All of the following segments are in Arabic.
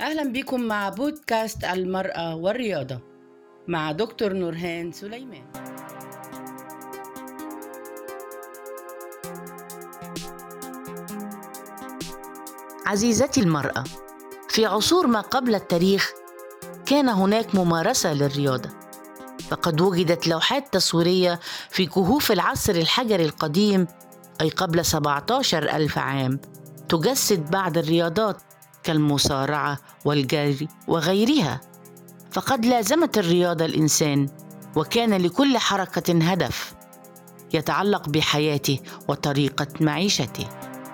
أهلا بكم مع بودكاست المرأة والرياضة مع دكتور نورهان سليمان. عزيزتي المرأة، في عصور ما قبل التاريخ كان هناك ممارسة للرياضة، فقد وجدت لوحات تصويرية في كهوف العصر الحجري القديم أي قبل 17,000 عام تجسد بعض الرياضات كالمصارعة والجري وغيرها. فقد لازمت الرياضة الإنسان، وكان لكل حركة هدف يتعلق بحياته وطريقة معيشته.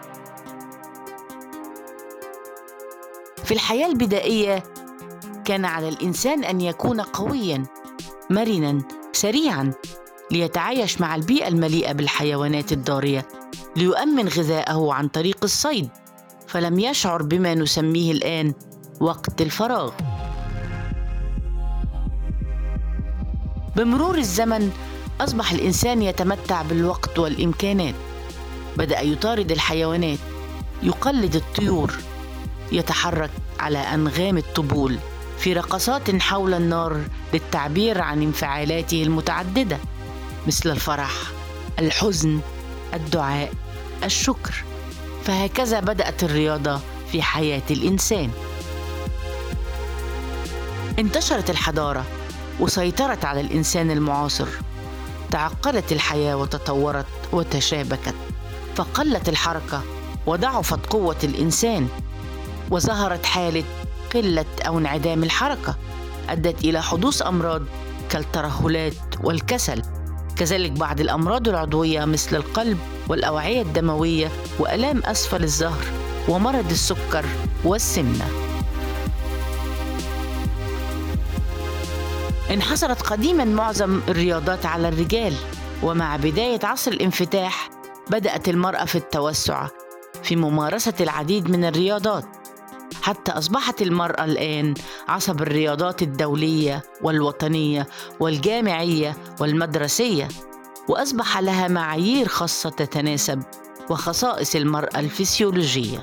في الحياة البدائية كان على الإنسان أن يكون قوياً مرناً سريعاً ليتعايش مع البيئة المليئة بالحيوانات الضارية، ليؤمن غذاءه عن طريق الصيد، فلم يشعر بما نسميه الآن وقت الفراغ. بمرور الزمن أصبح الإنسان يتمتع بالوقت والإمكانات، بدأ يطارد الحيوانات، يقلد الطيور، يتحرك على أنغام الطبول في رقصات حول النار للتعبير عن انفعالاته المتعددة مثل الفرح، الحزن، الدعاء، الشكر. فهكذا بدأت الرياضة في حياة الإنسان. انتشرت الحضارة وسيطرت على الإنسان المعاصر، تعقدت الحياة وتطورت وتشابكت، فقلت الحركة وضعفت قوة الإنسان، وظهرت حالة قلة أو انعدام الحركة أدت إلى حدوث أمراض كالترهلات والكسل، كذلك بعض الأمراض العضوية مثل القلب والأوعية الدموية وآلام أسفل الظهر ومرض السكر والسمنة. انحصرت قديماً معظم الرياضات على الرجال، ومع بداية عصر الانفتاح بدأت المرأة في التوسع في ممارسة العديد من الرياضات، حتى أصبحت المرأة الآن عصب الرياضات الدولية والوطنية والجامعية والمدرسية، وأصبح لها معايير خاصة تتناسب وخصائص المرأة الفسيولوجية.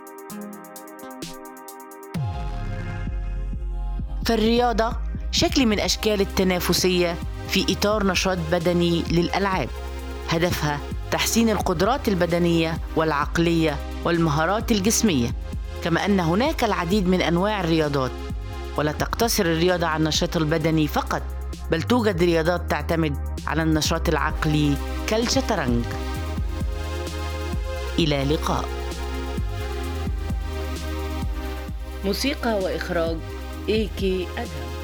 فالرياضة شكل من أشكال التنافسية في إطار نشاط بدني للألعاب، هدفها تحسين القدرات البدنية والعقلية والمهارات الجسمية، كما أن هناك العديد من أنواع الرياضات، ولا تقتصر الرياضة على النشاط البدني فقط، بل توجد رياضات تعتمد على النشاط العقلي كالشطرنج. إلى لقاء. موسيقى وإخراج إيكي أدهم.